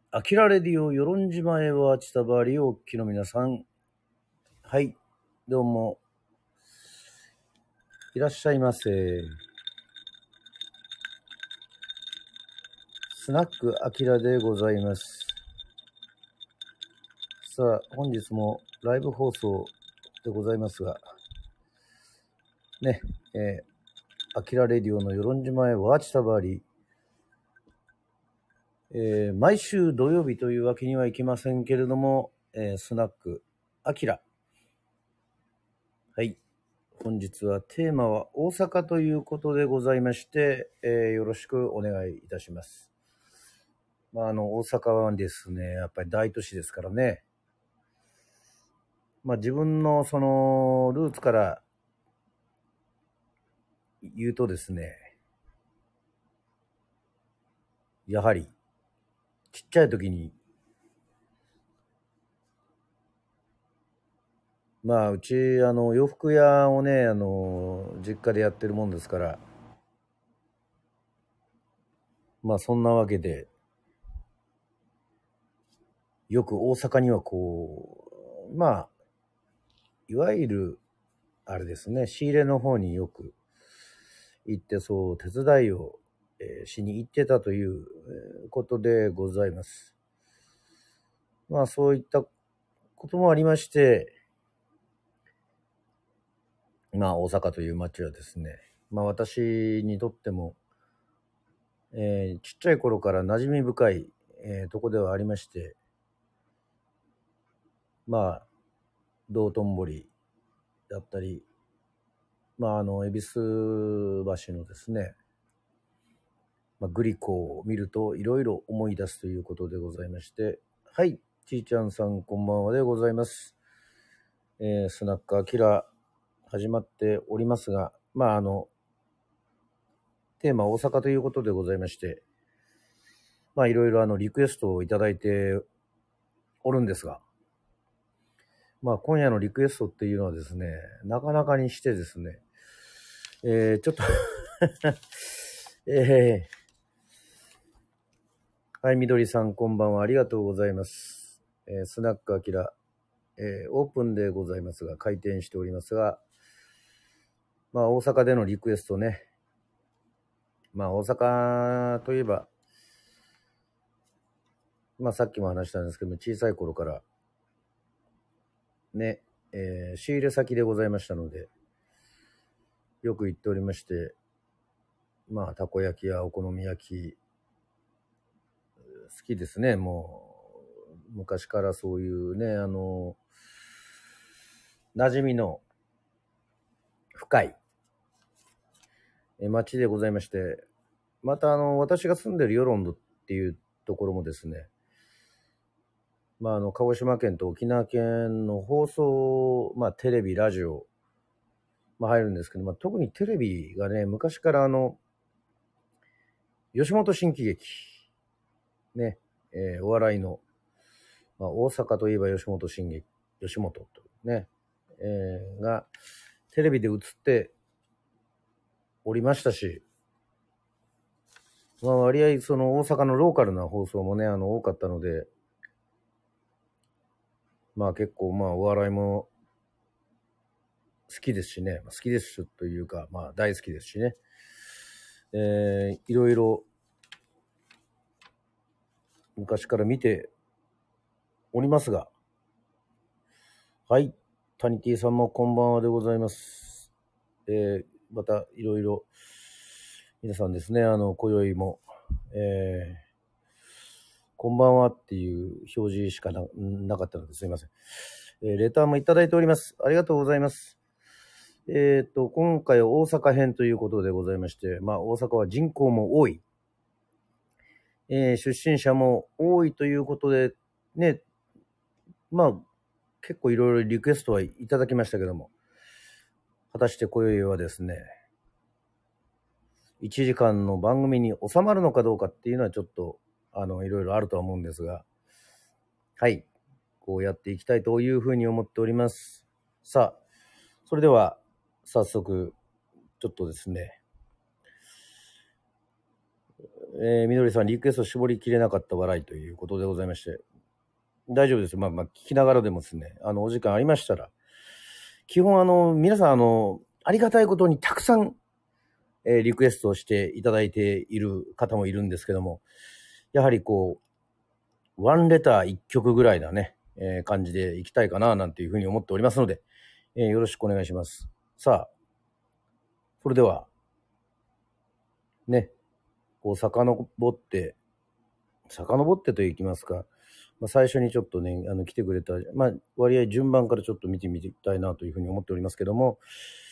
アキラレディオ、与論島へは千田バリおっきの皆さん。はい、どうも。いらっしゃいませ。スナックアキラでございます。さあ、本日もライブ放送でございますが、ね、アキラレディオの与論島へは千田バリ、毎週土曜日というわけにはいきませんけれども、スナックアキラ。はい。本日はテーマは大阪ということでございまして、よろしくお願いいたします。大阪はですね、やっぱり大都市ですからね。自分のそのルーツから言うとですね、やはりちっちゃい時に、うち洋服屋をね、実家でやってるもんですから、そんなわけで、よく大阪にはこう、いわゆる、あれですね、仕入れの方によく行って、そう、手伝いを、しに行ってたということでございます。そういったこともありまして、大阪という街はですね、私にとっても、ちっちゃい頃から馴染み深い、とこではありまして、道頓堀だったり、恵比寿橋のですね、グリコを見るといろいろ思い出すということでございまして、はい、ちーちゃんさんこんばんはでございます。スナックアキラ始まっておりますが、テーマ大阪ということでございまして、いろいろリクエストをいただいておるんですが、今夜のリクエストっていうのはですね、なかなかにしてですね、ちょっとはい、みどりさんこんばんはありがとうございます。スナックアキラ、オープンでございますが、開店しておりますが、大阪でのリクエストね、大阪といえば、さっきも話したんですけども、小さい頃からね、仕入れ先でございましたので、よく行っておりまして、たこ焼きやお好み焼き、好きですね。もう、昔からそういうね、馴染みの深い町でございまして、また私が住んでる与論っていうところもですね、鹿児島県と沖縄県の放送、テレビ、ラジオ、入るんですけど、特にテレビがね、昔から吉本新喜劇、ね、お笑いの、大阪といえば吉本新喜劇、吉本とね、がテレビで映っておりましたし、割合その大阪のローカルな放送もね、多かったので、結構お笑いも好きですしね、好きですというか、大好きですしね、いろいろ昔から見ておりますが、はい、タニティさんもこんばんはでございます。またいろいろ皆さんですね、今宵も、こんばんはっていう表示しかなかったのですいません。レターもいただいております。ありがとうございます。今回は大阪編ということでございまして、大阪は人口も多い、出身者も多いということで、ね、結構いろいろリクエストはいただきましたけども、果たして今宵はですね、1時間の番組に収まるのかどうかっていうのはちょっと、いろいろあるとは思うんですが、はい、こうやっていきたいというふうに思っております。さあ、それでは、早速、ちょっとですね、 みどりさん、リクエスト絞りきれなかった笑いということでございまして、大丈夫です。聞きながらでもですね、お時間ありましたら、基本皆さんありがたいことにたくさん、リクエストをしていただいている方もいるんですけども、やはりワンレター1曲ぐらいなね、感じでいきたいかななんていうふうに思っておりますので、よろしくお願いします。さあ、それでは、ね、遡ってといきますか、最初にちょっとね、来てくれた、割合順番からちょっと見てみたいなというふうに思っておりますけども、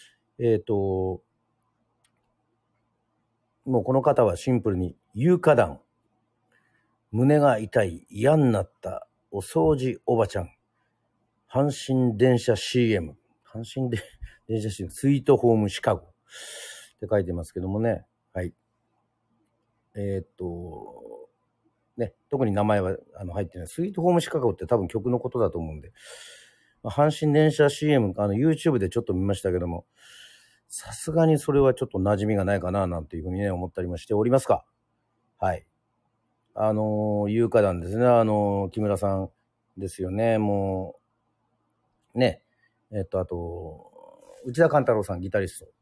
もうこの方はシンプルに、有価団、胸が痛い、嫌になった、お掃除おばちゃん、阪神電車 CM、電車 CM、スイートホームシカゴって書いてますけどもね、はい。ね、特に名前は入ってない。スイートホームシカゴって多分曲のことだと思うんで、阪神電車 CM、YouTube でちょっと見ましたけども、さすがにそれはちょっと馴染みがないかななんていうふうにね、思ったりもしておりますか。はい。有価団ですね。木村さんですよね。もう、ね。あと、内田勘太郎さん、ギタリスト。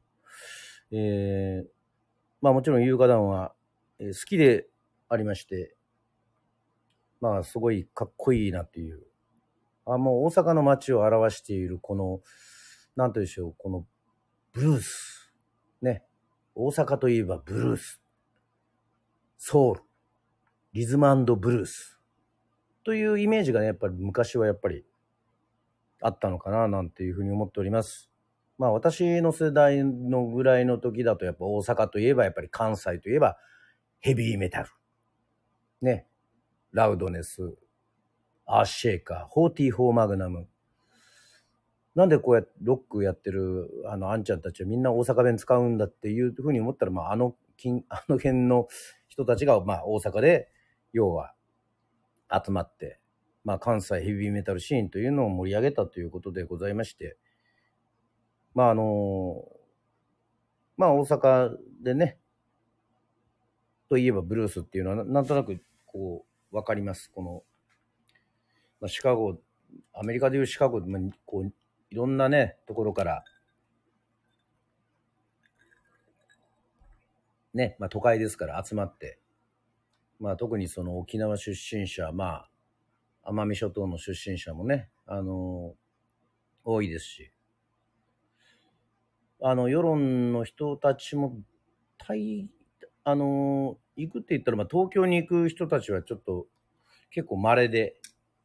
もちろん有価団は、好きでありまして、すごいかっこいいなっていう。もう大阪の街を表している、なんとでしょう、このブルース。ね。大阪といえばブルース。ソウル。リズム&ブルース。というイメージがね、やっぱり昔はやっぱりあったのかな、なんていうふうに思っております。私の世代のぐらいの時だと、やっぱ大阪といえば、やっぱり関西といえば、ヘビーメタル。ね。ラウドネス。アーシェイカー。44マグナム。なんでこうやってロックやってるあんちゃんたちはみんな大阪弁使うんだっていうふうに思ったら、あの辺の人たちが大阪で要は集まって、関西ヘビーメタルシーンというのを盛り上げたということでございまして、大阪でねといえばブルースっていうのはなんとなくわかります。シカゴ、アメリカでいうシカゴでいろんなねところからね、都会ですから集まって、特にその沖縄出身者、奄美諸島の出身者もね、多いですし、世論の人たちも行くって言ったら、東京に行く人たちはちょっと結構稀で、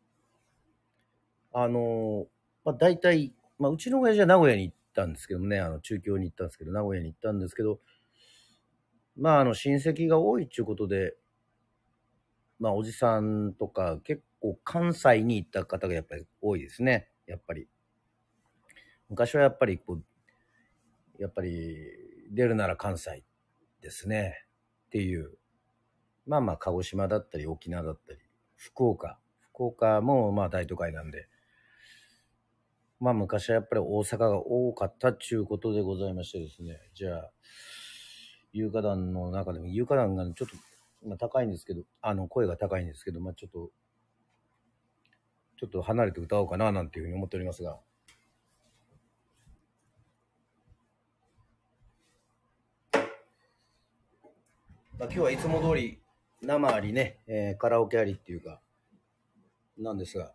大体、うちの親父は名古屋に行ったんですけどもね、中京に行ったんですけど、名古屋に行ったんですけど、親戚が多いっていうことで、おじさんとか結構関西に行った方がやっぱり多いですね。やっぱり。昔はやっぱり出るなら関西ですね。っていう。鹿児島だったり沖縄だったり、福岡も大都会なんで、昔はやっぱり大阪が多かったっていうことでございましてですね。じゃあ、有価団の中でも、有価団がちょっと、高いんですけど、声が高いんですけど、ちょっと離れて歌おうかななんていうふうに思っておりますが。今日はいつも通り生ありね、カラオケありっていうか、なんですが。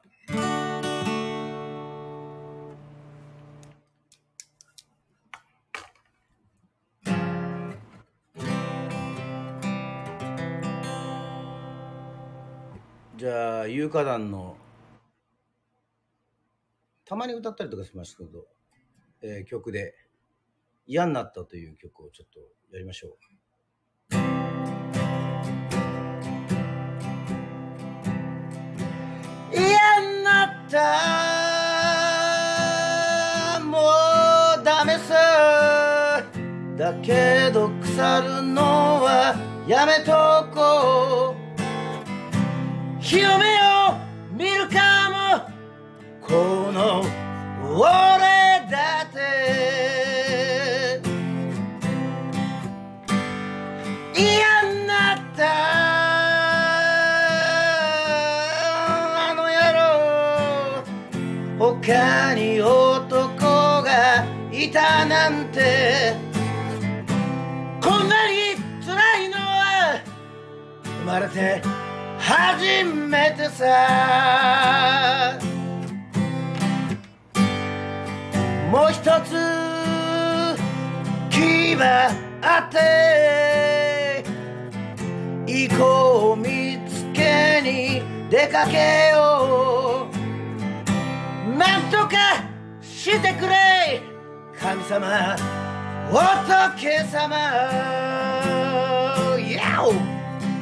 じゃあ、有価団の、たまに歌ったりとかしますけど、曲で、嫌になったという曲をちょっとやりましょう。嫌になったもうダメさだけど腐るのはやめとこう日の目を見るかもこの俺だって嫌になったいたなんて、こんなに辛いのは生まれて初めてさ。もう一つ気はあって、いい子を見つけに出かけよう。なんとかしてくれ神様仏様。ヤオ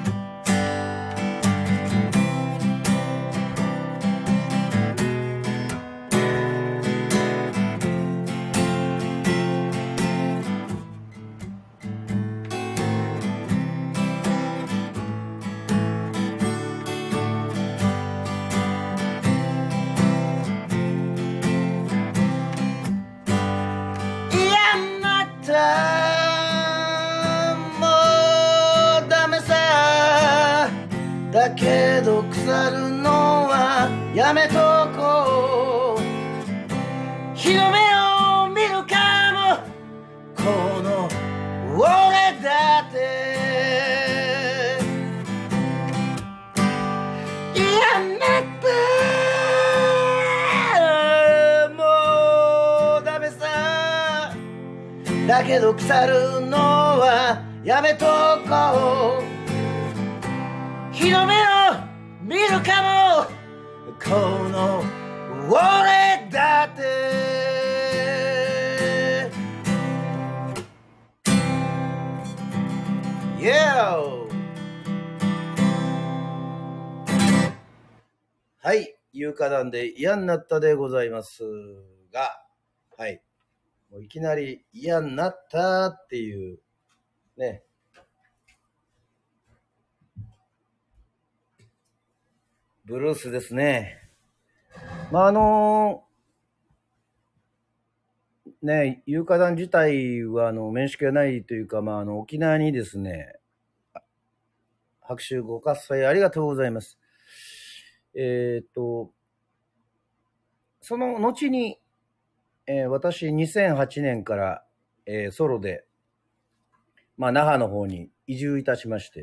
だけど腐るのはやめとこう。日の目を見るかもこの俺だって。やめてもうダメさ。だけど腐るのはやめとこう。日の目を見るかもこの俺だって。はい、有歌団で嫌になったでございますが、はい、もういきなり嫌になったっていうね、ブルースですね。まあね、有歌団自体は面識がないというか、まあ沖縄にですね、拍手ご喝采ありがとうございます。その後に、私2008年から、ソロで、まあ那覇の方に移住いたしまして、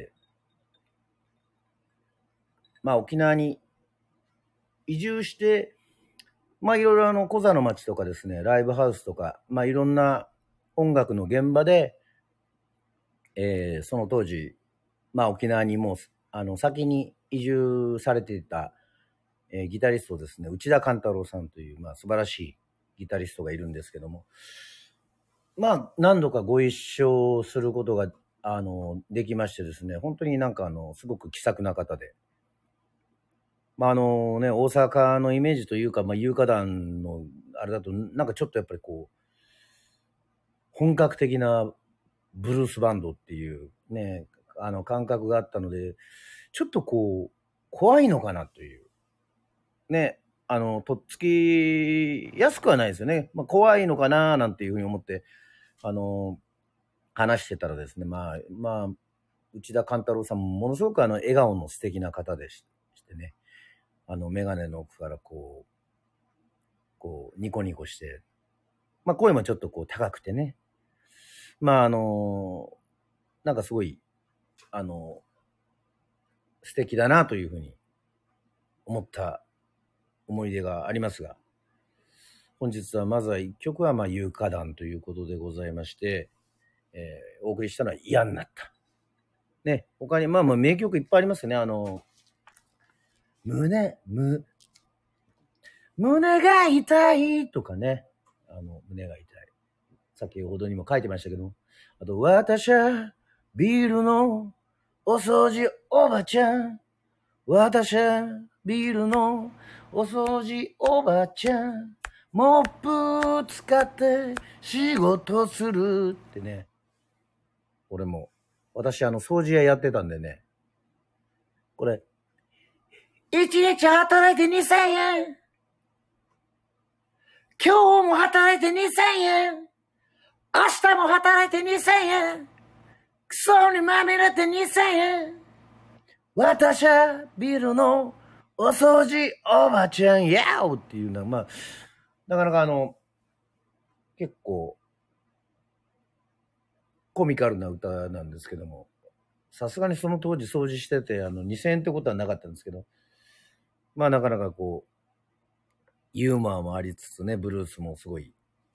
まあ沖縄に移住して、まあいろいろコザの町とかですね、ライブハウスとか、まあいろんな音楽の現場で、その当時、まあ沖縄にもう先に移住されていた、ギタリストですね、内田勘太郎さんという、まあ素晴らしいギタリストがいるんですけども、まあ何度かご一緒することができましてですね、本当になんかすごく気さくな方で、まあね、大阪のイメージというか、まあ有歌団のあれだとなんかちょっとやっぱりこう本格的なブルースバンドっていうね感覚があったので、ちょっとこう怖いのかなというね、とっつきやすくはないですよね。まあ怖いのかななんていうふうに思って話してたらですね、まあ内田勘太郎さんもものすごく笑顔の素敵な方でしてね、メガネの奥からこうニコニコして、まあ声もちょっとこう高くてね、まあなんかすごい素敵だなというふうに思った思い出がありますが、本日はまずは一曲はまあ有歌団ということでございまして、お送りしたのは嫌になったね。他にまあ名曲いっぱいありますね。胸が痛いとかね、胸が痛い、先ほどにも書いてましたけど、あと私はビールのお掃除おばちゃん、私はビールのお掃除おばちゃん、モップ使って仕事するってね。俺も私掃除屋やってたんでね、これ一日働いて2000円、今日も働いて2000円、明日も働いて2000円、クソにまみれて2000円、私はビールのお掃除おばちゃんやおっていうのは、まあなかなか結構コミカルな歌なんですけども、さすがにその当時掃除してて、2000円ってことはなかったんですけど、まあなかなかこう、ユーモアもありつつね、ブルースもすごい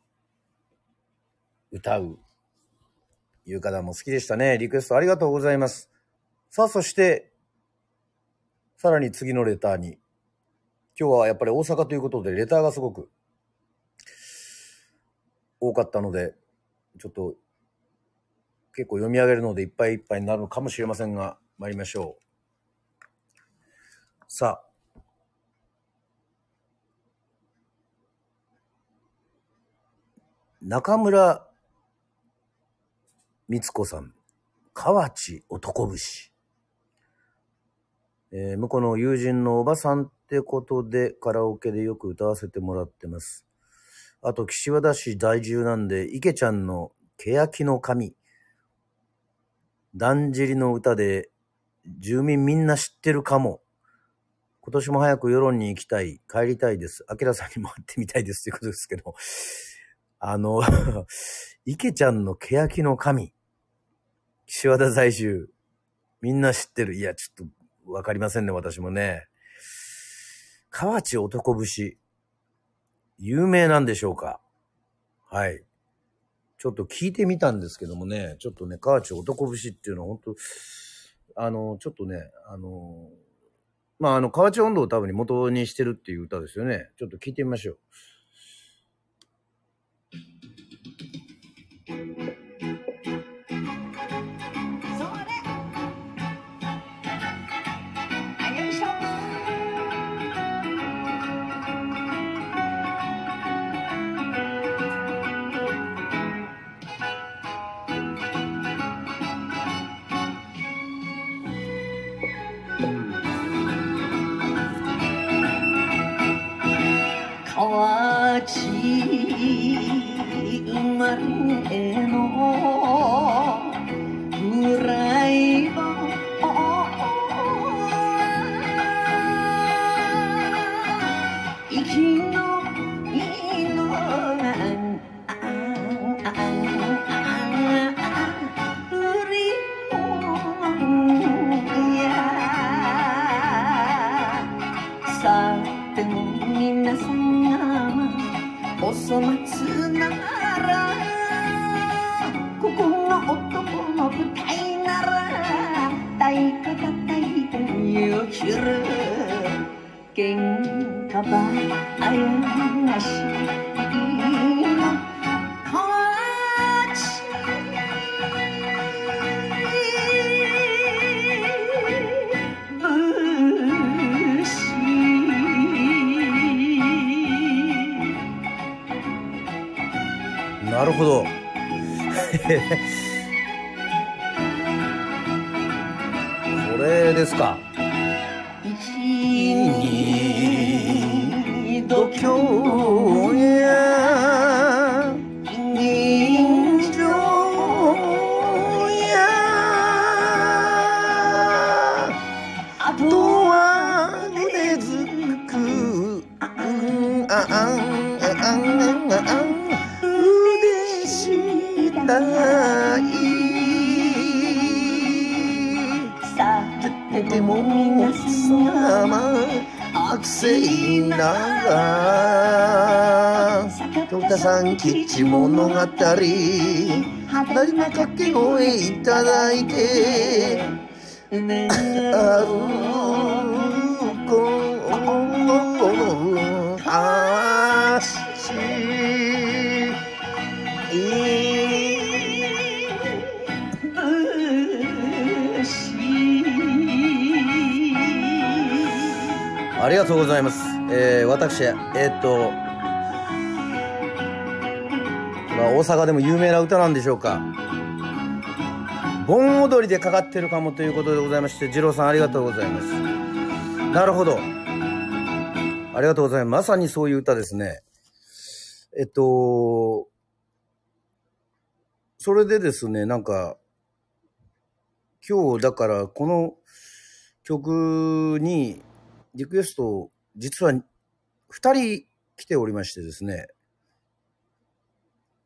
歌ういう方も好きでしたね。リクエストありがとうございます。さあ、そして、さらに次のレターに。今日はやっぱり大阪ということで、レターがすごく多かったので、ちょっと結構読み上げるのでいっぱいいっぱいになるのかもしれませんが、参りましょう。さあ。中村光子さん、河内男節。向こうの友人のおばさんってことでカラオケでよく歌わせてもらってます。あと岸和田市在住なんで池ちゃんの欅の髪、だんじりの歌で住民みんな知ってるかも。今年も早く世論に行きたい、帰りたいです。あきらさんにも会ってみたいですということですけど、池ちゃんの欅の髪、岸和田在住、みんな知ってる。いや、ちょっとわかりませんね、私もね。河内男節、有名なんでしょうか？はい。ちょっと聞いてみたんですけどもね、ちょっとね、河内男節っていうのは本当、ちょっとね、河内音頭を多分に元にしてるっていう歌ですよね。ちょっと聞いてみましょう。 河内生まれのプライド生きのいの売り物やさても皆さんお粗末ならここの男の舞台なら太鼓叩いて身を切る喧嘩ばあやなしの河内なるほど。これですか。一二度今日や人情やあとは腕ずく腕したいでも皆様悪性なが京田さん基地物語誰の掛け声いただいて歩こう橋ありがとうございます。私、大阪でも有名な歌なんでしょうか。盆踊りでかかってるかもということでございまして、二郎さんありがとうございます。なるほど。ありがとうございます。まさにそういう歌ですね。それでですね、なんか、今日だからこの曲にリクエスト、実は2人来ておりましてですね、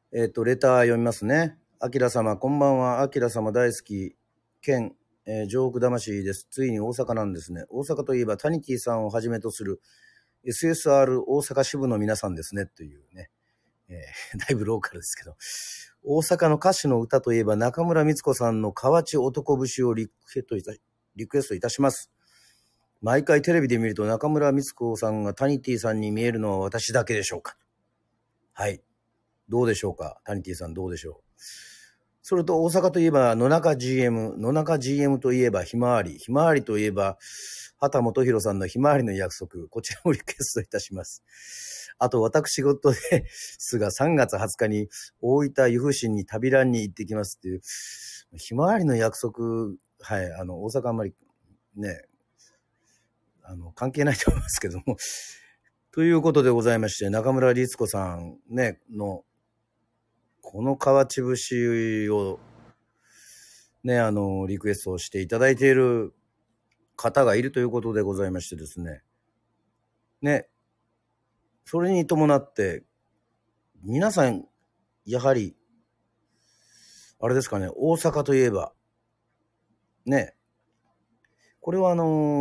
レター読みますね。あきら様、こんばんは。あきら様大好き。県、上北魂です。ついに大阪なんですね。大阪といえば、タニティさんをはじめとする SSR 大阪支部の皆さんですね。というね。だいぶローカルですけど。大阪の歌手の歌といえば、中村光子さんの河内男節をリクエストいたします。毎回テレビで見ると中村光子さんがタニティさんに見えるのは私だけでしょうか。はい。どうでしょうか。タニティさんどうでしょう。それと大阪といえば野中 GM。野中 GM といえばひまわり。ひまわりといえば畑本博さんのひまわりの約束。こちらもリクエストいたします。あと私事ですが3月20日に大分湯布市に旅ランに行ってきますっていう。ひまわりの約束。はい。大阪あんまりね、関係ないと思いますけども。ということでございまして、中村律子さんね、の、この河内節を、ね、リクエストをしていただいている方がいるということでございましてですね。ね、それに伴って、皆さん、やはり、あれですかね、大阪といえば、ね、これは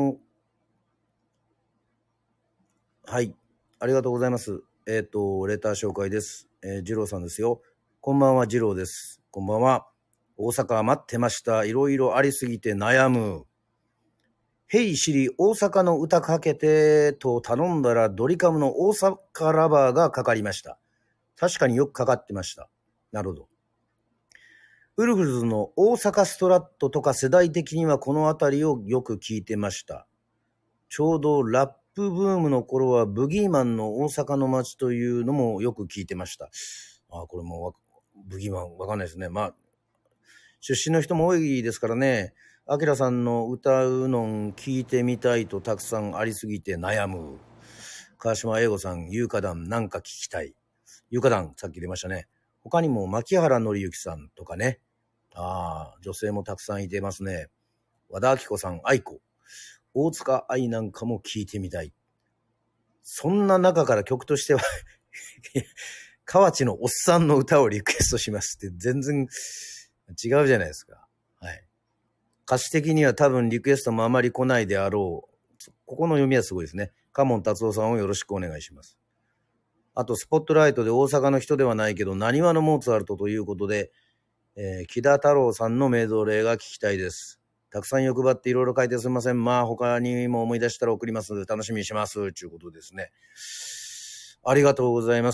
はい。ありがとうございます。レター紹介です。二郎さんですよ。こんばんは、二郎です。こんばんは。大阪待ってました。いろいろありすぎて悩む。ヘイシリ、大阪の歌かけてと頼んだらドリカムの大阪ラバーがかかりました。確かによくかかってました。なるほど。ウルフルズの大阪ストラットとか世代的にはこのあたりをよく聞いてました。ちょうどラップブームの頃はブギーマンの大阪の街というのもよく聞いてました。これもブギーマンわかんないですね。出身の人も多いですからね。アキラさんの歌うの聞いてみたいとたくさんありすぎて悩む。川島英吾さん、有歌団なんか聞きたい。有歌団さっき出ましたね。他にも牧原紀之さんとかね。女性もたくさんいてますね。和田アキ子さん、愛子。大塚愛なんかも聞いてみたい。そんな中から曲としては河内のおっさんの歌をリクエストしますって全然違うじゃないですか。はい。歌詞的には多分リクエストもあまり来ないであろう。ここの読みはすごいですね。カモン達夫さんをよろしくお願いします。あと、スポットライトで大阪の人ではないけど、浪速のモーツァルトということで、木田太郎さんのメドレーが聞きたいです。たくさん欲張っていろいろ書いてすみません。他にも思い出したら送ります。楽しみにします。ということですね。ありがとうございます。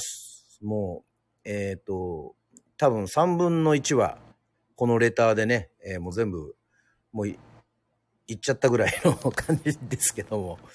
もう、多分3分の1は、このレターでね、もう全部、もう言っちゃったぐらいの感じですけども。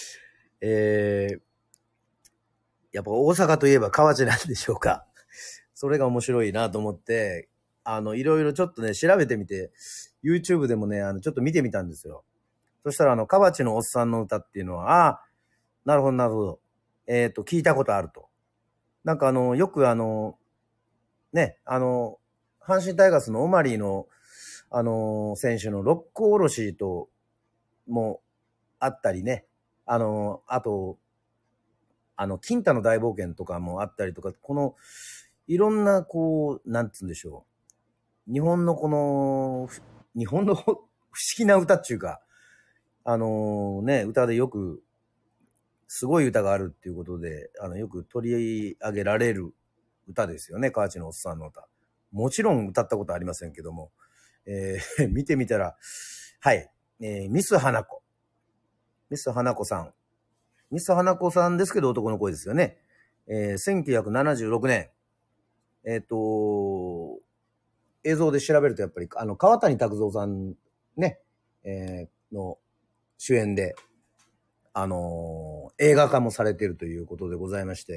やっぱ大阪といえば河内なんでしょうか。それが面白いなと思って、いろいろちょっとね、調べてみて、YouTube でもね、ちょっと見てみたんですよ。そしたら、河内のおっさんの歌っていうのは、なるほど、なるほど。聞いたことあると。なんかよくね、阪神タイガースのオマリーの、選手の六甲おろしと、もあったりね。あと、金太の大冒険とかもあったりとか、この、いろんな、こう、なんつうんでしょう。日本の不思議な歌っていうか、歌でよく、すごい歌があるっていうことで、よく取り上げられる歌ですよね、河内のおっさんの歌。もちろん歌ったことありませんけども、見てみたら、はい、ミス花子。ミス花子さん。ミス花子さんですけど男の声ですよね。1976年。映像で調べるとやっぱり、川谷拓三さんね、の主演で、映画化もされているということでございまして。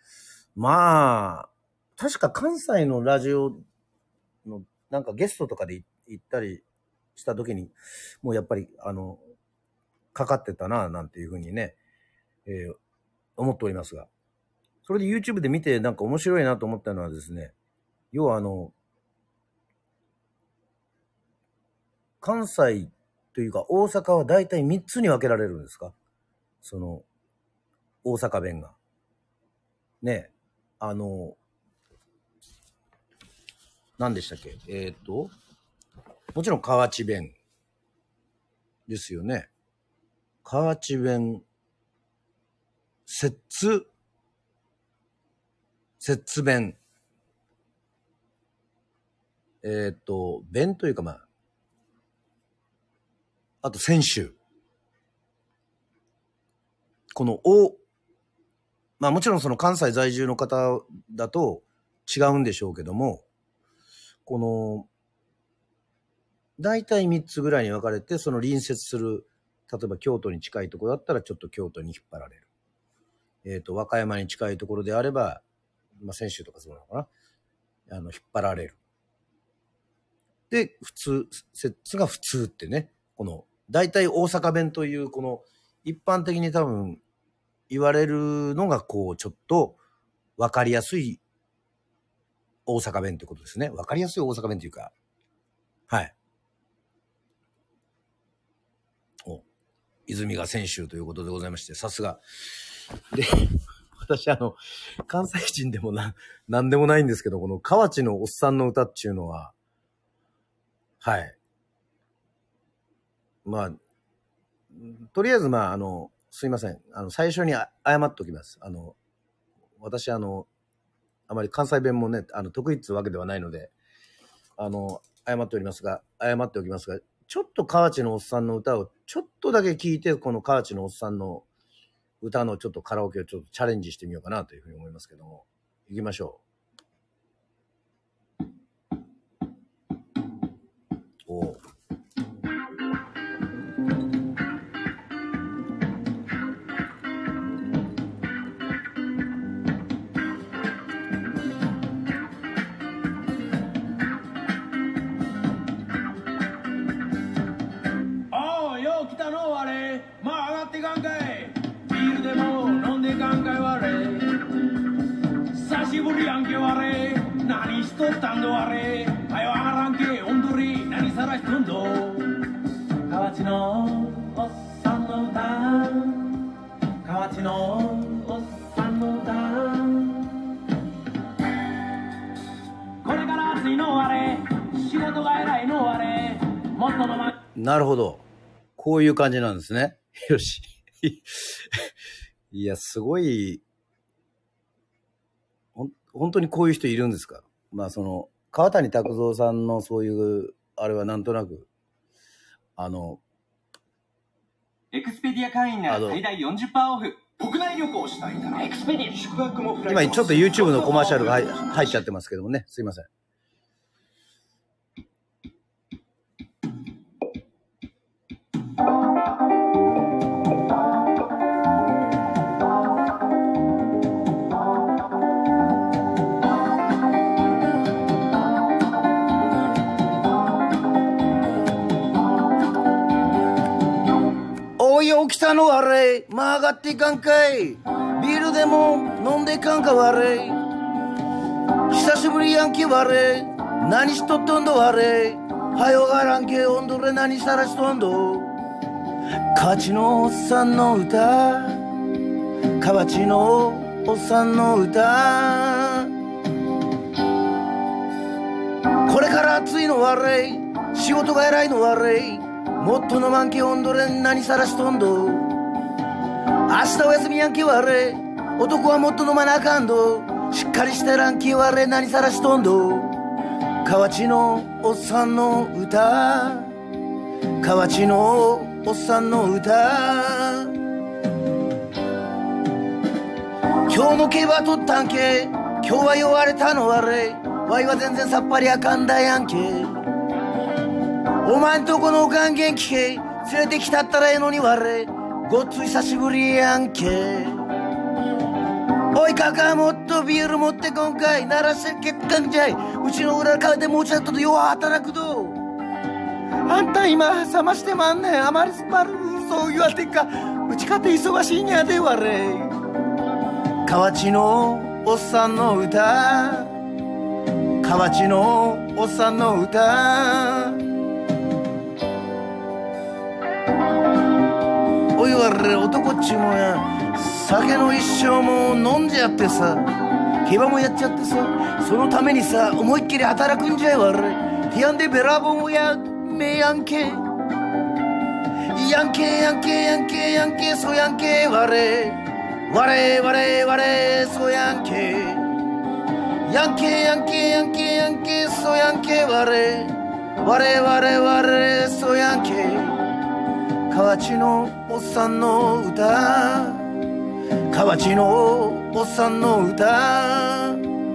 確か関西のラジオのなんかゲストとかで行ったりした時に、もうやっぱり、かかってたな、なんていうふうにね、思っておりますが。それで YouTube で見てなんか面白いなと思ったのはですね、要は関西というか大阪はだいたい3つに分けられるんですか？その、大阪弁が。ね、 何でしたっけ？もちろん河内弁ですよね。河内弁、摂津弁、弁というかまあ、あと泉州。このまあもちろんその関西在住の方だと違うんでしょうけども、この、大体3つぐらいに分かれて、その隣接する、例えば京都に近いところだったらちょっと京都に引っ張られる。和歌山に近いところであれば、まあ泉州とかそうなのかな。引っ張られる。で、摂津が普通ってね、この、大体大阪弁という、この、一般的に多分言われるのが、こう、ちょっと分かりやすい大阪弁ってことですね。分かりやすい大阪弁というか、はい。泉が泉州ということでございまして、さすが。で、私関西人でもなんでもないんですけど、この河内のおっさんの歌っていうのは、はい。まあ、とりあえずすいません。最初に謝っておきます。私あまり関西弁もね、得意ってわけではないので、謝っておきますが、ちょっと河内のおっさんの歌をちょっとだけ聞いて、この河内のおっさんの歌のちょっとカラオケをちょっとチャレンジしてみようかなというふうに思いますけども、行きましょう。おおよう来たのあれ、まあ上がってかんかい。ビールでも飲んでかんかいわれ。久しぶりやんけわれ。何しとったんどわれ。はよ上がらんけおんどり何さらしとんど。河内のおっさんの歌、河内のおっさんの歌。これから暑いのあれ、仕事が偉いのあれ。もっと飲ま。 なるほど。こういう感じなんですね。よし。いや、すごい、本当にこういう人いるんですか？まあ川谷拓三さんのそういう、あれはなんとなく、 エクスペディア会員なら最大 40% オフ。国内旅行したいならエクスペディア宿泊もフライト。 今ちょっと YouTube のコマーシャルが入っちゃってますけどもね。すいません。おい起きたのあれ、曲がっていかんかい。ビールでも飲んでいかんかわれ。久しぶりやんけわれ。何しとっとんどわれ。はよがらんけおんどれ何さらしとんど。河内のおっさんの歌、河内のおっさんの歌。これから暑いのわれ。仕事が偉いのわれ。もっと飲まんけおんどれ何さらしとんど。明日お休みやんけわれ。男はもっと飲まなあかんど。しっかりしてらんけわれ何さらしとんど。河内のおっさんの歌、河内のおっさんの歌。今日の競馬取ったんけ。今日は酔われたのわれ。わいは全然さっぱりあかんだやんけ。お前んとこのおかん元気け。連れてきたったらええのにわれ。ごっつ久しぶりやんけ。おいかかもっとビール持ってこんかい。鳴らしてけっかんじゃい。うちの裏側でもうちょっとでよう働くど。あんた今冷ましてまんねん。あまりすまるそう言わてか。うちかて忙しいんやでわれ。河内のおっさんの歌、河内のおっさんの歌。おいわれ男っちゅうもんや、酒の一生も飲んじゃってさ。 競馬もやっちゃってさ、そのためにさ思いっきり働くんじゃいわれ。ティアンでベラボンをやめやんけやんけやんけやんけやんけそやんけわれわれわれわれそやんけやんけやんけやんけやんけそやんけわれわれわれわれそやんけ。河内のおっさんの歌、河内のおっさんの歌、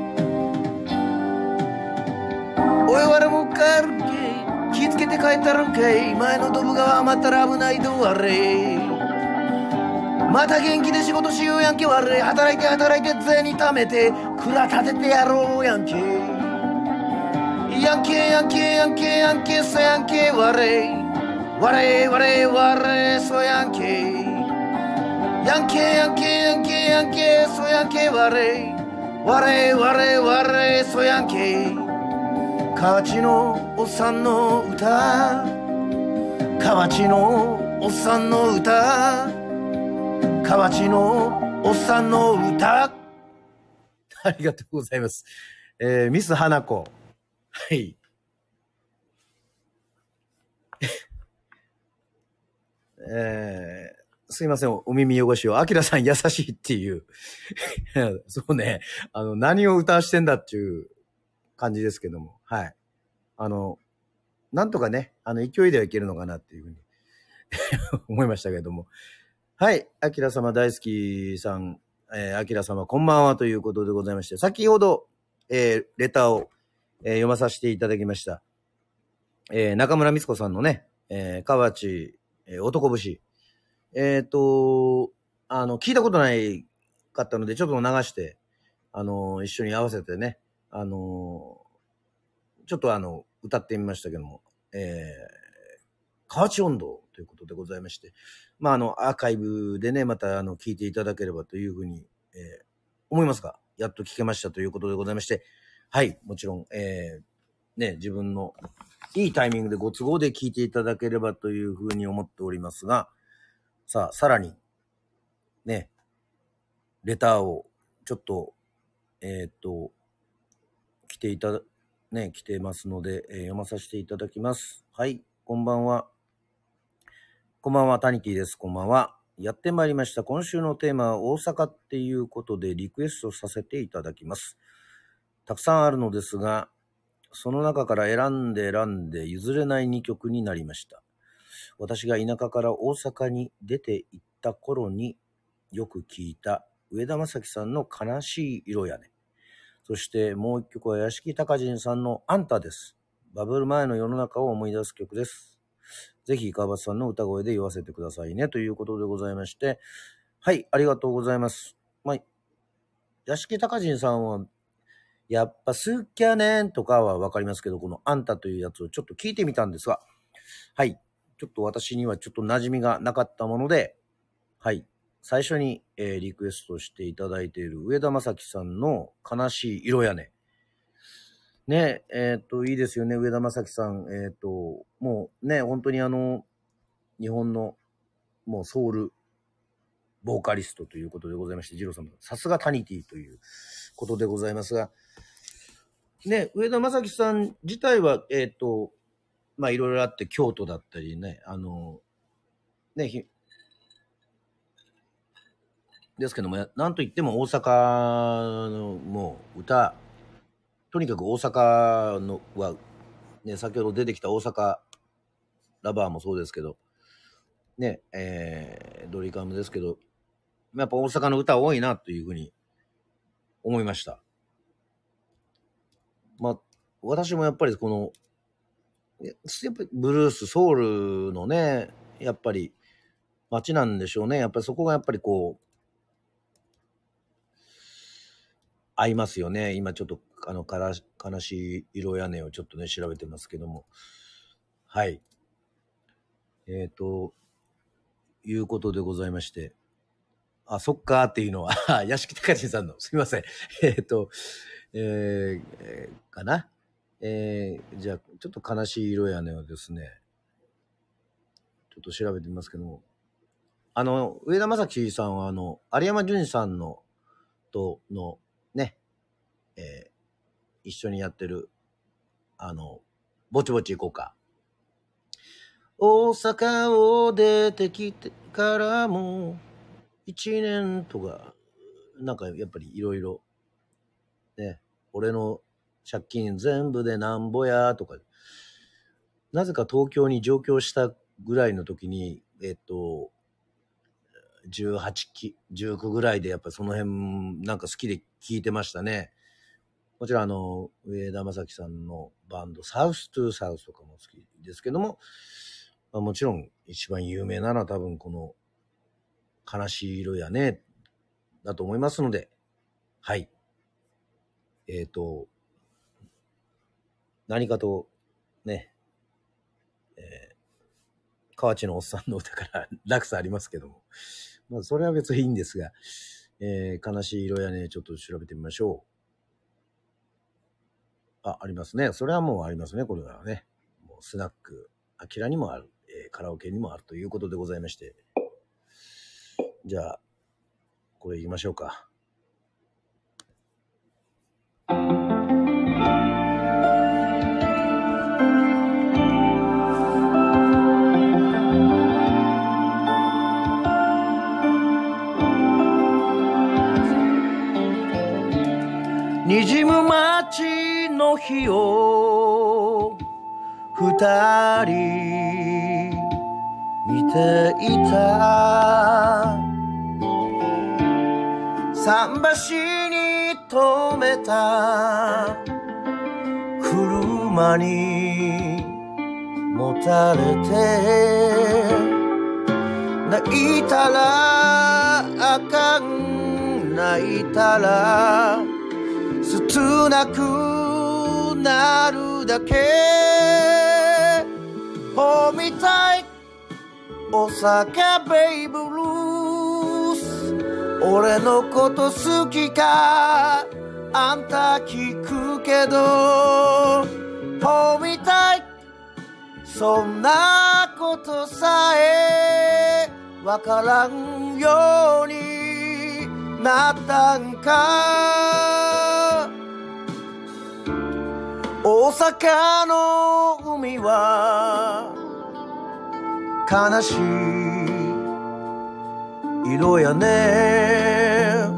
おいわれも帰るけ、気ぃつけて帰ったるんかい。前のドブ川余ったら危ないとわれ。また元気で仕事しようやんけわれ。働いて働いて銭貯めて蔵立ててやろうやんけやんけやんけやんけやんけそやんけわれわれわれわれそやんけやんけやんけやんけやんけそやんけわれわれわれわれそやんけ。河内のおっさんの歌、河内のおっさんの歌、河内のおっさんの歌。ありがとうございます。ミス花子。はい。すいません、お耳汚しを。アキラさん優しいっていう。そうね。何を歌わしてんだっていう感じですけども。はい。なんとかね、勢いではいけるのかなっていうふうに思いましたけれども。はい。アキラ様大好きさん、アキラ様こんばんはということでございまして、先ほど、レターを、読まさせていただきました。中村光子さんのね、河内、男節。聞いたことないかったので、ちょっと流して、一緒に合わせてね、ちょっと歌ってみましたけども、河内音頭ということでございまして、アーカイブでね、また聞いていただければというふうに、思いますが、やっと聞けましたということでございまして、はい、もちろん、ね、自分のいいタイミングでご都合で聞いていただければというふうに思っておりますが、さあ、さらに、ね、レターをちょっと、来てますので、読まさせていただきます。はい、こんばんは。こんばんは、タニティです。こんばんは。やってまいりました。今週のテーマは大阪っていうことでリクエストさせていただきます。たくさんあるのですが、その中から選んで譲れない2曲になりました。私が田舎から大阪に出て行った頃によく聞いた上田正樹さんの悲しい色やね。そしてもう一曲は屋敷隆人さんのあんたです。バブル前の世の中を思い出す曲です。ぜひ川端さんの歌声で言わせてくださいねということでございまして、はい、ありがとうございます。屋敷隆人さんはやっぱ好きやねんとかはわかりますけど、このあんたというやつをちょっと聞いてみたんですが、はい、ちょっと私にはちょっと馴染みがなかったもので、はい、最初に、リクエストしていただいている上田正樹さんの悲しい色やね。ね、いいですよね、上田正樹さん。もうね、本当に日本のもうソウルボーカリストということでございまして、ジローさん、さすがタニティということでございますが、ね、上田正樹さん自体は、いろいろあって、京都だったりね、ね、ですけども、なんといっても大阪のもう歌、とにかく大阪のは、ね、先ほど出てきた大阪ラバーもそうですけど、ね、ドリカムですけど、やっぱ大阪の歌多いなというふうに思いました。私もやっぱりこの、やっぱりブルース、ソウルのね、やっぱり街なんでしょうね。やっぱりそこがやっぱりこう、合いますよね。今ちょっと悲しい色屋根をちょっとね調べてますけども、はい、いうことでございまして、そっかーっていうのは屋敷隆人さんのすみませんかな。じゃあちょっと悲しい色屋根をですねちょっと調べてみますけども、上田正樹さんは有山淳さんのね一緒にやってる、ぼちぼち行こうか。大阪を出てきてからも1年とか、なんかやっぱりいろいろ、ね、俺の借金全部でなんぼやとか、なぜか東京に上京したぐらいの時に、18、19ぐらいでやっぱその辺なんか好きで聞いてましたね。もちろん上田正樹さんのバンドサウストゥーサウスとかも好きですけども、もちろん一番有名なのは多分この悲しい色やねだと思いますので、はい。何かとね、河内のおっさんの歌から落差ありますけども、まあそれは別にいいんですが、悲しい色やねちょっと調べてみましょう。ありますね。それはもうありますね。これはね、もうスナックアキラにもある、カラオケにもあるということでございまして、じゃあこれ言いましょうか。滲む街の日を二人見ていた。桟橋に止めた車にもたれて、泣いたらあかん、泣いたら切なくなるだけ。ほみたいお酒ベイブルース、俺のこと好きかあんた聞くけど、ほみたいそんなことさえわからんようになったんか。大阪の海は悲しい色やね。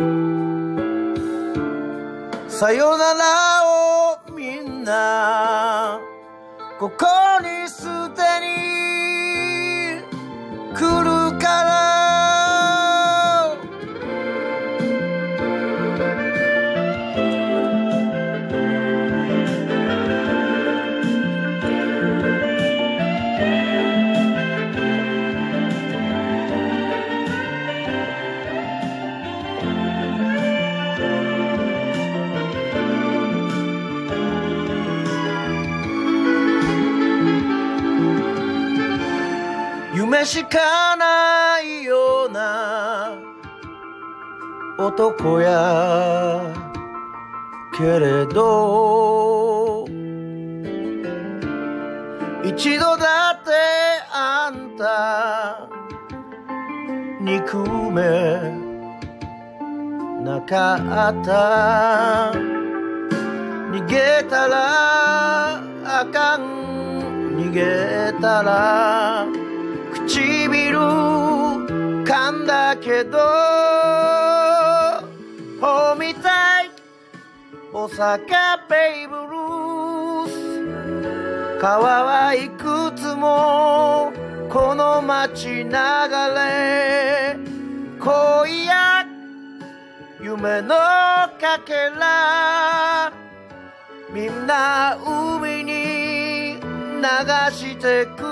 さよならをみんなここに捨てに来るから。夢しかないような男やけれど、一度だってあんた憎めなかった。逃げたらあかん、逃げたら唇噛んだけど、ほみたいお酒ベイブルース、川はいくつもこの街流れ、恋や夢のかけら、みんな海に流してく。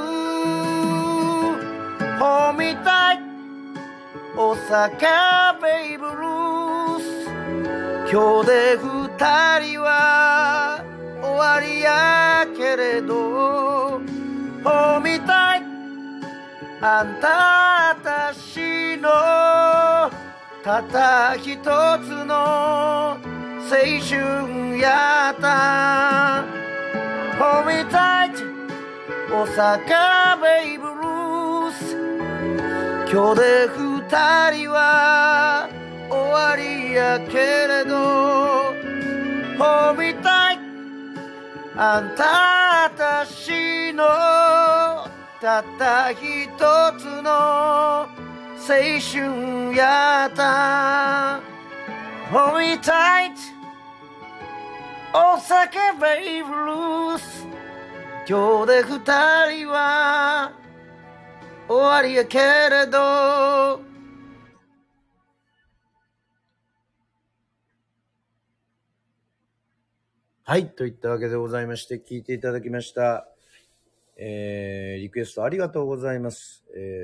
ほみたいお酒ベイブルース、今日で二人は終わりやけれど、ほみたいあんたあたしのたった一つの青春やった。ほみたいお酒ベイブルース、今日で二人は終わりやけれど、ほみたいあんた私のたった一つの青春やったHold me tight お酒ベイブルース今日で二人は終わりやけれどはい、といったわけでございまして、聞いていただきました。リクエストありがとうございます。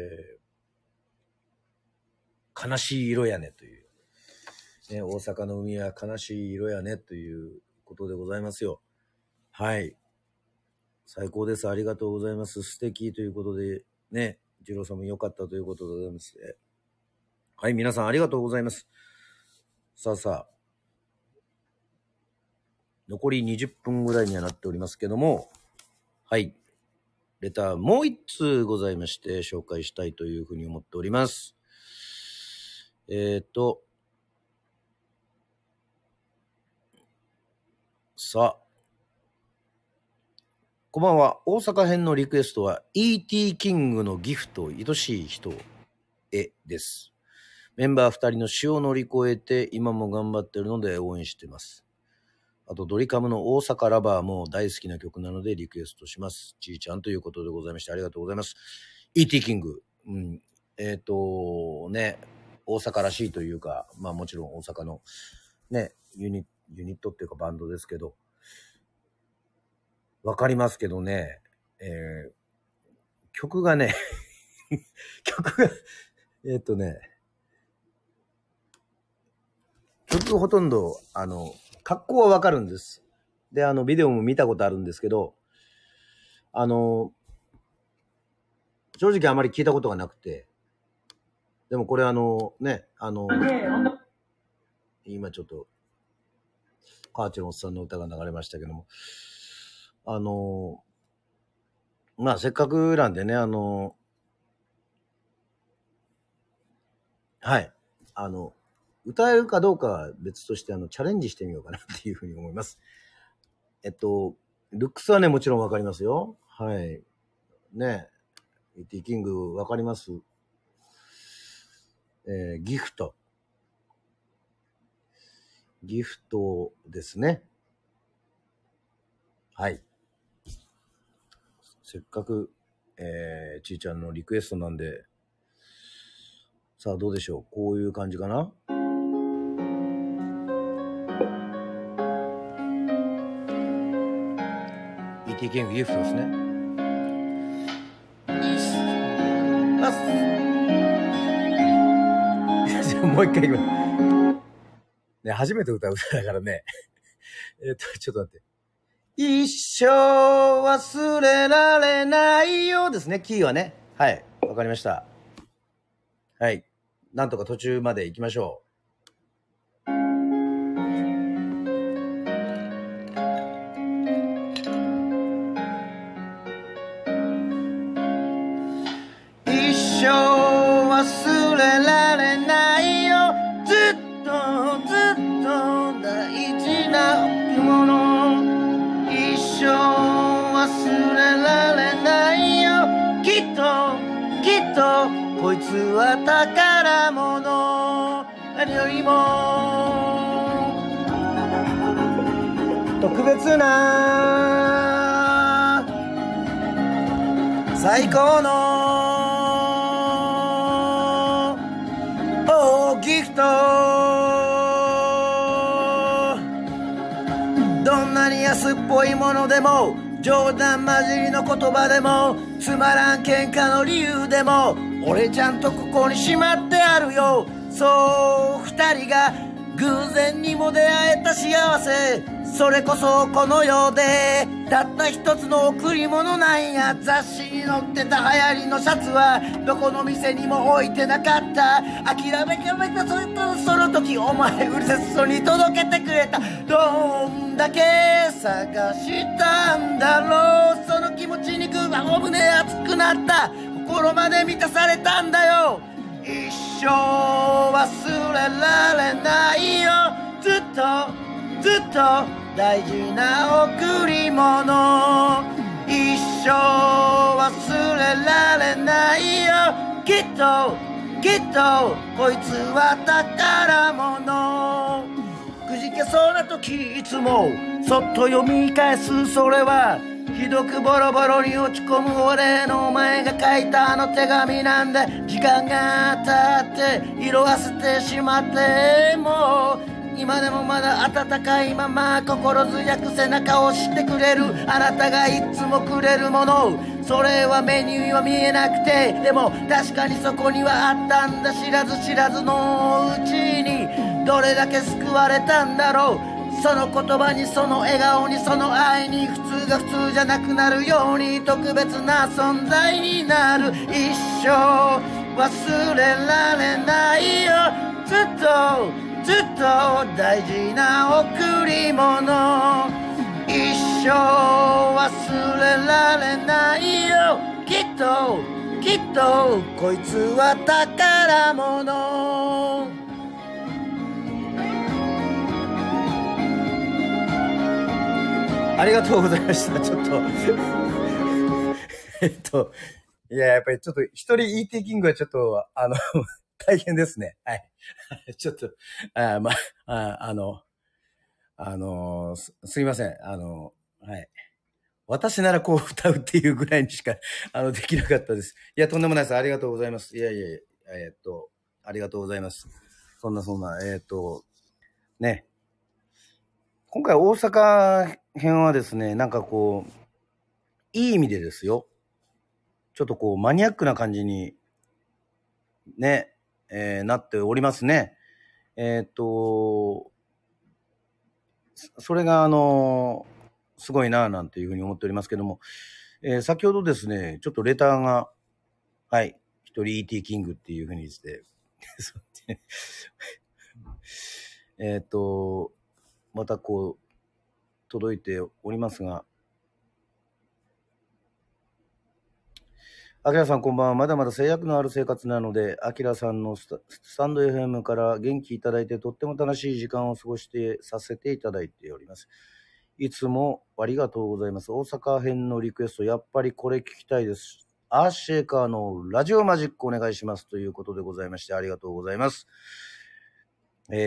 悲しい色やねという、ね。大阪の海は悲しい色やねということでございますよ。はい。最高です。ありがとうございます。素敵ということで、ね、二郎さんも良かったということでございます。はい、皆さんありがとうございます。さあ。残り20分ぐらいにはなっておりますけども、はい。レターもう一通ございまして紹介したいというふうに思っております。さあ。こんばんは。大阪編のリクエストは E.T. キングのギフト愛しい人へです。メンバー2人の死を乗り越えて今も頑張ってるので応援してます。あとドリカムの大阪ラバーも大好きな曲なのでリクエストします。ちーちゃんということでございましてありがとうございます。E.T. キング、ね、大阪らしいというか、まあもちろん大阪のね、ユニットっていうかバンドですけど、わかりますけどね、曲がね、曲ほとんど、格好はわかるんです。で、ビデオも見たことあるんですけど、正直あまり聞いたことがなくて、でもこれ今ちょっと、カーチェのおっさんの歌が流れましたけども、まあせっかくなんでね、はい、歌えるかどうかは別としてチャレンジしてみようかなっていうふうに思います。ルックスはね、もちろんわかりますよ。はい。ね、E.T. キングわかります。ギフトですね。はい。せっかく、ちーちゃんのリクエストなんで、さあどうでしょう。こういう感じかな。E.T. キングギフトですね。もう一回いきます。ね、初めて歌う歌だからね。ちょっと待って。一生忘れられないよですね。キーはね。はい。わかりました。はい。なんとか途中まで行きましょう。一生忘れられないよ。ずっと大事なもの。一生忘れられないよ。きっとこいつは宝物。何よりも特別な最高のギフト。どんなに安っぽいものでも冗談交じりの言葉でもつまらん喧嘩の理由でも俺ちゃんとここにしまってあるよ。そう二人が偶然にも出会えた幸せ、それこそこの世でたった一つの贈り物なんや。雑誌に載ってた流行りのシャツはどこの店にも置いてなかった。諦めかめたその時お前うるせそうに届けてくれた。どんだけ探したんだろう。その気持ちに具がお胸熱くなった。心まで満たされたんだよ。一生忘れられないよ。ずっと大事な贈り物、一生忘れられないよ。きっとこいつは宝物。くじけそうな時いつもそっと読み返す、それはひどくボロボロに落ち込む俺のお前が書いたあの手紙なんだ。時間が経って色あせてしまっても今でもまだ温かいまま、心強く背中を押してくれるあなたがいつもくれるもの、それは目には見えなくて、でも確かにそこにはあったんだ。知らず知らずのうちにどれだけ救われたんだろう。その言葉にその笑顔にその愛に、普通が普通じゃなくなるように特別な存在になる。一生忘れられないよ。ずっと大事な贈り物、一生忘れられないよ。きっとこいつは宝物。ありがとうございました。ちょっといや、やっぱりちょっと一人 ET キングはちょっと大変ですね。はい。ちょっと、すいません。はい。私ならこう歌うっていうぐらいにしか、できなかったです。いや、とんでもないです。ありがとうございます。いや、ありがとうございます。そんな、ね。今回大阪編はですね、なんかこう、いい意味でですよ。ちょっとこう、マニアックな感じに、ね、なっておりますね。それがすごいなぁなんていうふうに思っておりますけども、先ほどですね、ちょっとレターが、はい、一人 ET キングっていうふうにして、またこう、届いておりますが、アキラさんこんばんは。まだまだ制約のある生活なので、アキラさんのスタンド FM から元気いただいてとっても楽しい時間を過ごしてさせていただいております。いつもありがとうございます。大阪編のリクエスト、やっぱりこれ聞きたいです。アーシェイカーのラジオマジックお願いしますということでございまして、ありがとうございます。はい。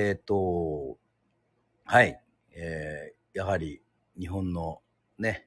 やはり日本のね、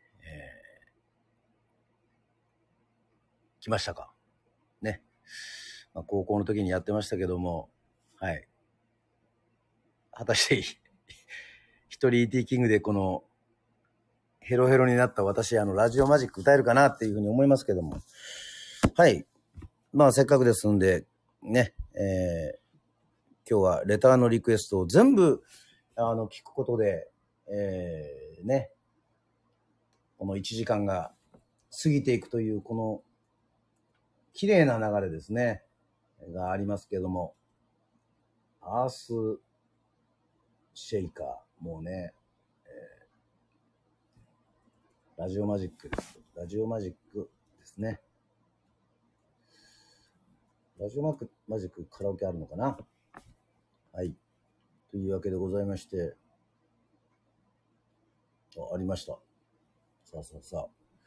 来ましたかね。高校の時にやってましたけども、はい。果たして一人 ET キングでこのヘロヘロになった私、ラジオマジック歌えるかなっていうふうに思いますけども。はい。せっかくですんで、ね、今日はレターのリクエストを全部、聞くことで、ね、この1時間が過ぎていくという、この、綺麗な流れですね、がありますけども、アースシェイカー、もうね、ラジオマジックです。ラジオマジックですね。ラジオマジックカラオケあるのかな？はい。というわけでございまして、ありました。さあ。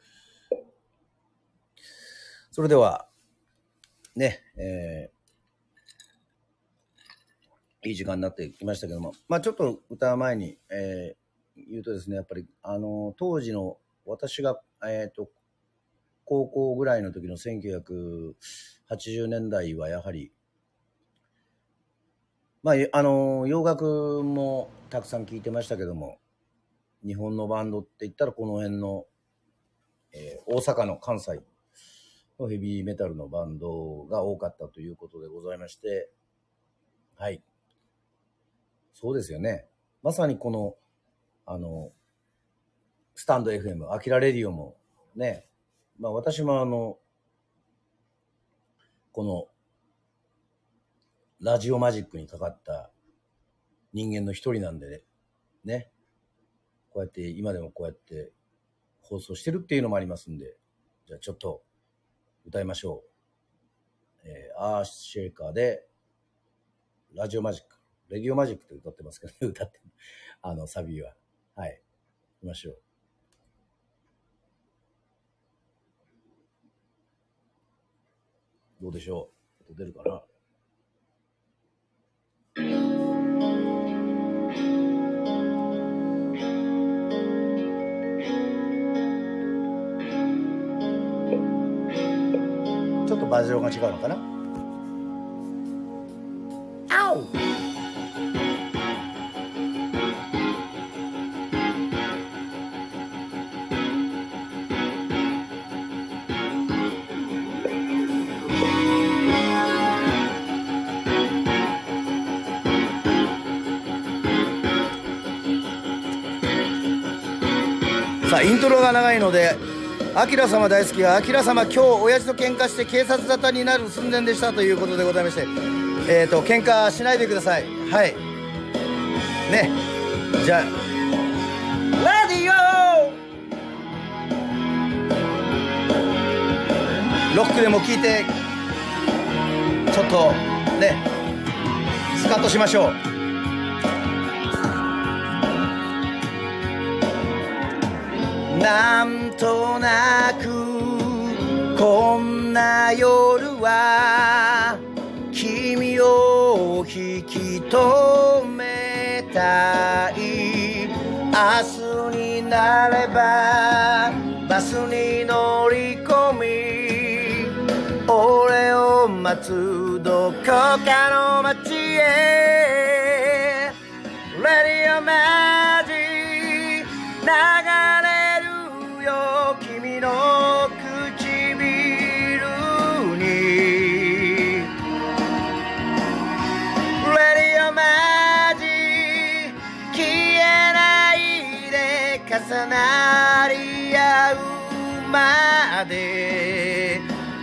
それでは、ね、いい時間になってきましたけども、ちょっと歌う前に、言うとですね、やっぱり、当時の私が、高校ぐらいの時の1980年代はやはり、洋楽もたくさん聴いてましたけども、日本のバンドって言ったらこの辺の、大阪の関西のヘビーメタルのバンドが多かったということでございまして、はい。そうですよね。まさにこの、スタンド FM、アキラレディオもね、私もこの、ラジオマジックにかかった人間の一人なんでね、こうやって今でもこうやって放送してるっていうのもありますんで、じゃあちょっと歌いましょう。アーシェイカーでラジオマジック、レディオマジックって歌ってますけどね、歌ってサビは。はい。 きましょう。どうでしょう。出るかな。ちょっとバージョンが違うのかな。あおさあ、イントロが長いので、アキラ様大好きが、アキラ様今日親父と喧嘩して警察沙汰になる寸前でしたということでございまして、喧嘩しないでください。はい。ね。じゃあ、レディオロックでも聴いて、ちょっとね、スカッとしましょう。なんとなくこんな夜は君を引き止めたい。明日になればバスに乗り込み、俺を待つどこかの街へ。レディオマジ流れるよ君の唇に。レディオマジ消えないで重なり合うまで。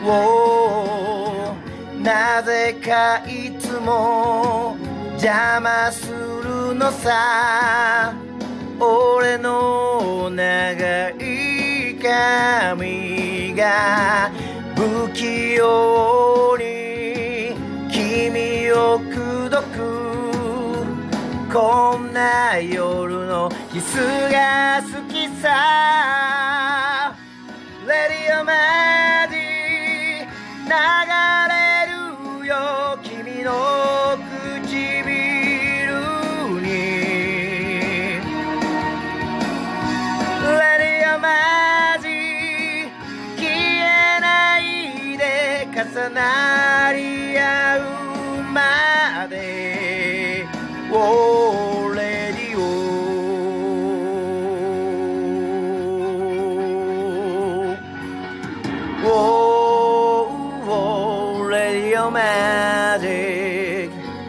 なぜかいつも邪魔するのさ、俺の長い髪が不器用に君を口説く。こんな夜のキスが好きさ。レディオマジ流れるよ君の唇に。レディオマジ消えないで重なり合うまで。レディオMagic.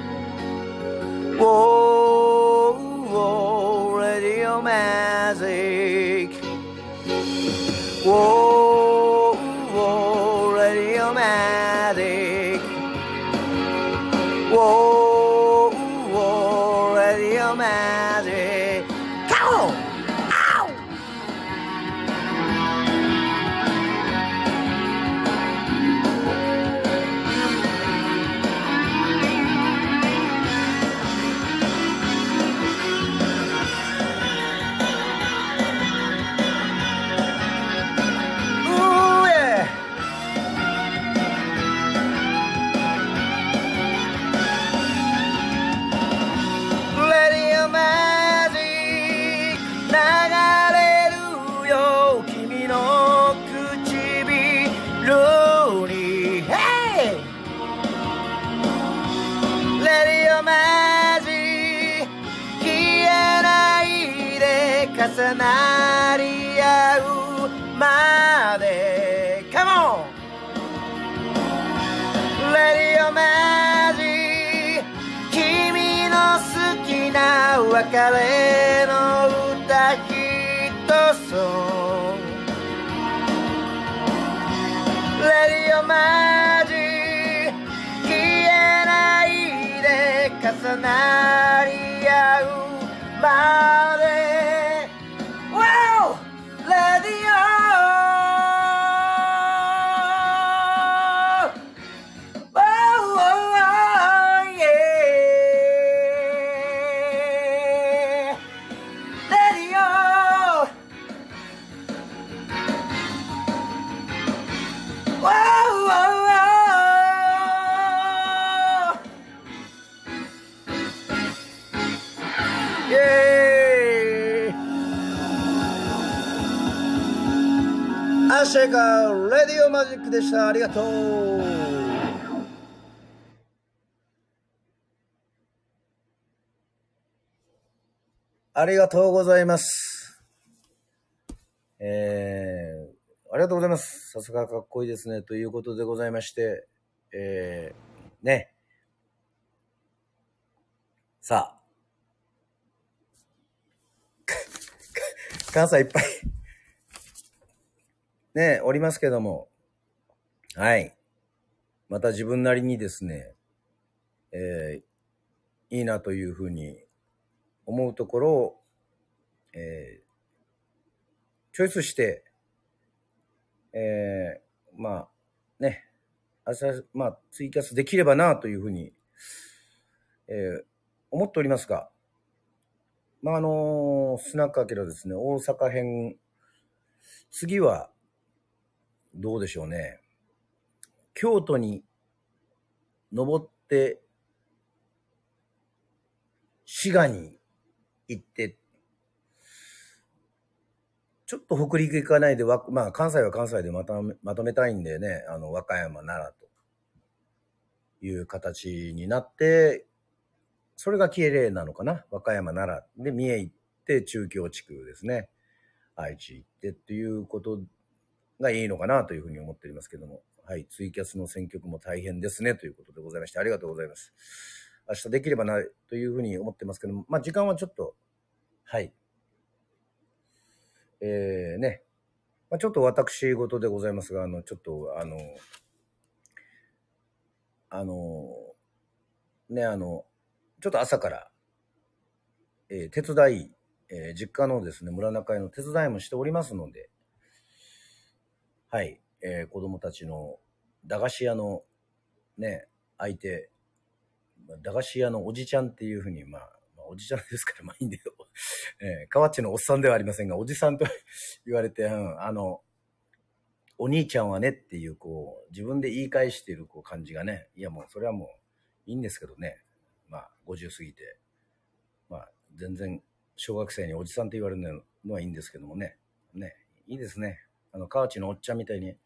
Whoa, whoa, radio magic. Whoa, whoa, radio magic. Whoa, whoa, radio magic. Come on! Ow!重なり合うまで Come on! レディオマジ君の好きな別れの歌ヒットソング。レディオマジ消えないで重なり合うまで。Wow! Radio! Oh, oh, oh, yeah! Radio! アシェカレディオマジックでした。ありがとう。ありがとうございます。ありがとうございます。さすがかっこいいですね。ということでございまして、ね。さあ。関西いっぱいね、おりますけども。はい。また自分なりにですね、いいなというふうに思うところを、チョイスして、まあね、まあツイキャスできればなというふうに、思っておりますが、まあスナックアキラですね、大阪編、次はどうでしょうね。京都に登って滋賀に行ってちょっと北陸行かないでまあ関西は関西でまとめたいんでね、和歌山奈良という形になって、それが綺麗なのかな。和歌山奈良で三重行って中京地区ですね、愛知行ってっていうことがいいのかなというふうに思っておりますけども、はい、ツイキャスの選曲も大変ですねということでございまして、ありがとうございます。明日できればなというふうに思ってますけども、まあ時間はちょっと、はい。ね。まあ、ちょっと私事でございますが、ちょっとね、ちょっと朝から、手伝い、実家のですね、村中屋の手伝いもしておりますので、はい、子供たちの駄菓子屋のね、相手、駄菓子屋のおじちゃんっていうふうに、まあおじちゃんですから、まあいいんだよ。河内のおっさんではありませんが、おじさんと言われて、お兄ちゃんはねっていう、こう、自分で言い返しているこう感じがね、いやもう、それはもういいんですけどね。まあ、50過ぎて、まあ、全然、小学生におじさんって言われるのはいいんですけどもね。ね、いいですね。河内のおっちゃんみたいに、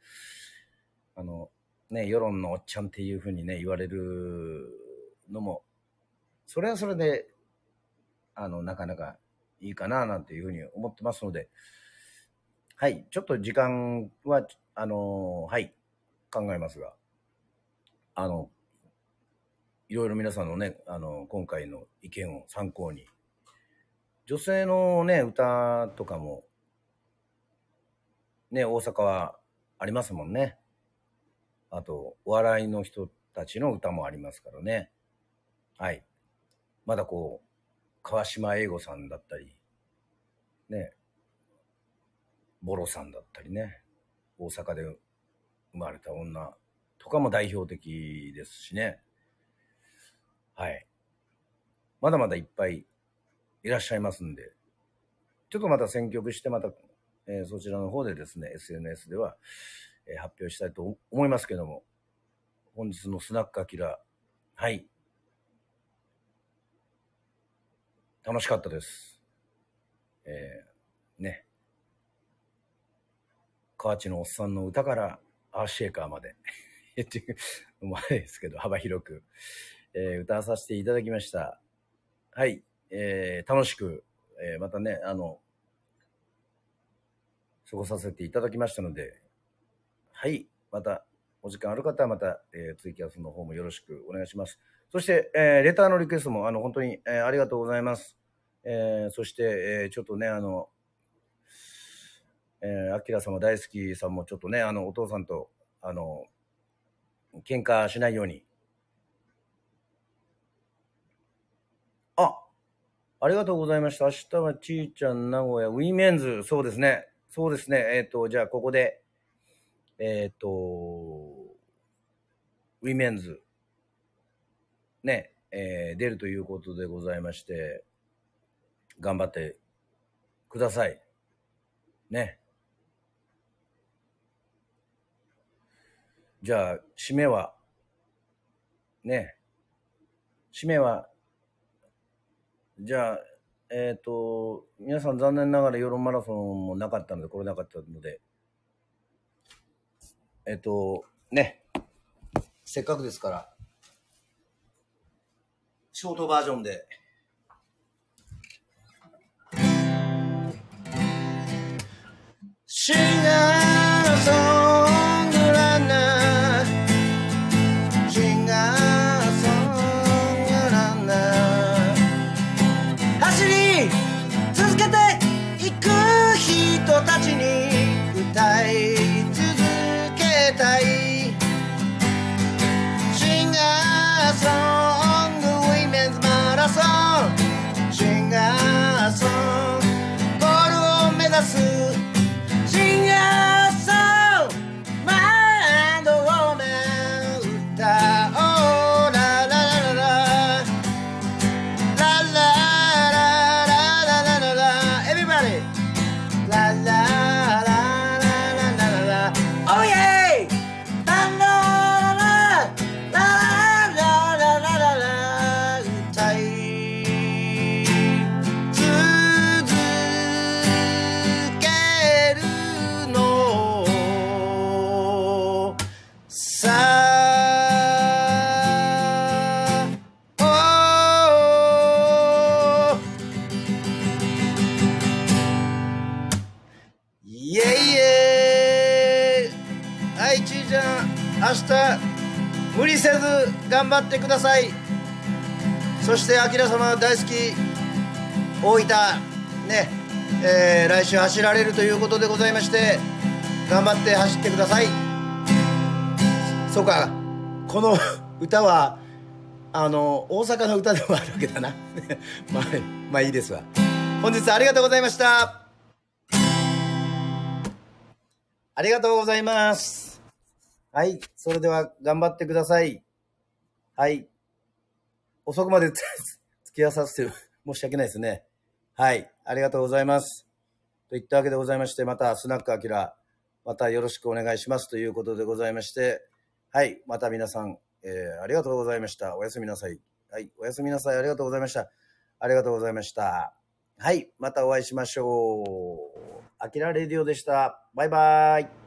ね、世論のおっちゃんっていうふうにね、言われるのも、それはそれで、なかなかいいかな、なんていうふうに思ってますので、はい、ちょっと時間は、はい、考えますが、いろいろ皆さんのね、今回の意見を参考に、女性のね、歌とかも、ね、大阪はありますもんね。あと、お笑いの人たちの歌もありますからね。はい。まだこう、川島英語さんだったり、ね、ボロさんだったりね、大阪で生まれた女とかも代表的ですしね。はい。まだまだいっぱいいらっしゃいますんで、ちょっとまた選曲してまた、そちらの方でですね、SNS では、発表したいと思いますけども、本日のスナックアキラ、はい。楽しかったです。ね。河内のおっさんの歌からアーシェーカーまでっていうのもあれですけど、幅広く、歌わさせていただきました。はい。楽しく、またね、過ごさせていただきましたので、はい。また、お時間ある方はまた、ツイキャスの方もよろしくお願いします。そして、レターのリクエストも、本当に、ありがとうございます。そして、ちょっとね、アキラ様大好きさんもちょっとね、お父さんと、喧嘩しないように。ありがとうございました。明日はちーちゃん名古屋、ウィメンズ、そうですね。そうですね。じゃあここで、ウィメンズ、ね、出るということでございまして、頑張ってください。ね。じゃあ、締めは、ね。締めは、じゃあ、皆さん残念ながら世論マラソンもなかったので、来れなかったので、 ね、せっかくですから、ショートバージョンで。シンガーソングランナー、シンガーソングランナー、走り続けていく人たちに歌い続けたい。シンガーソングウィメンズマラソン、シンガーソンゴールを目指す。シンガーソンマンドウォーメン歌おうラララララララララララララ Everybody ララララララララ Oh yeah ララララララララララ歌い続けるのさあ。イエイエー。はい、ちーちゃん、明日無理せず頑張ってください。そしてあきら様大好き大分ね、来週走られるということでございまして、頑張って走ってください。そうか、この歌は大阪の歌でもあるわけだなまあいいですわ。本日ありがとうございました。ありがとうございます。はい、それでは頑張ってください。はい、遅くまで付き合わさせて申し訳ないですね。はい、ありがとうございます。といったわけでございまして、またスナックアキラ、またよろしくお願いしますということでございまして、はい、また皆さん、ありがとうございました。おやすみなさい。はい、おやすみなさい。ありがとうございました。ありがとうございました。はい、またお会いしましょう。アキラレディオでした。バイバイ。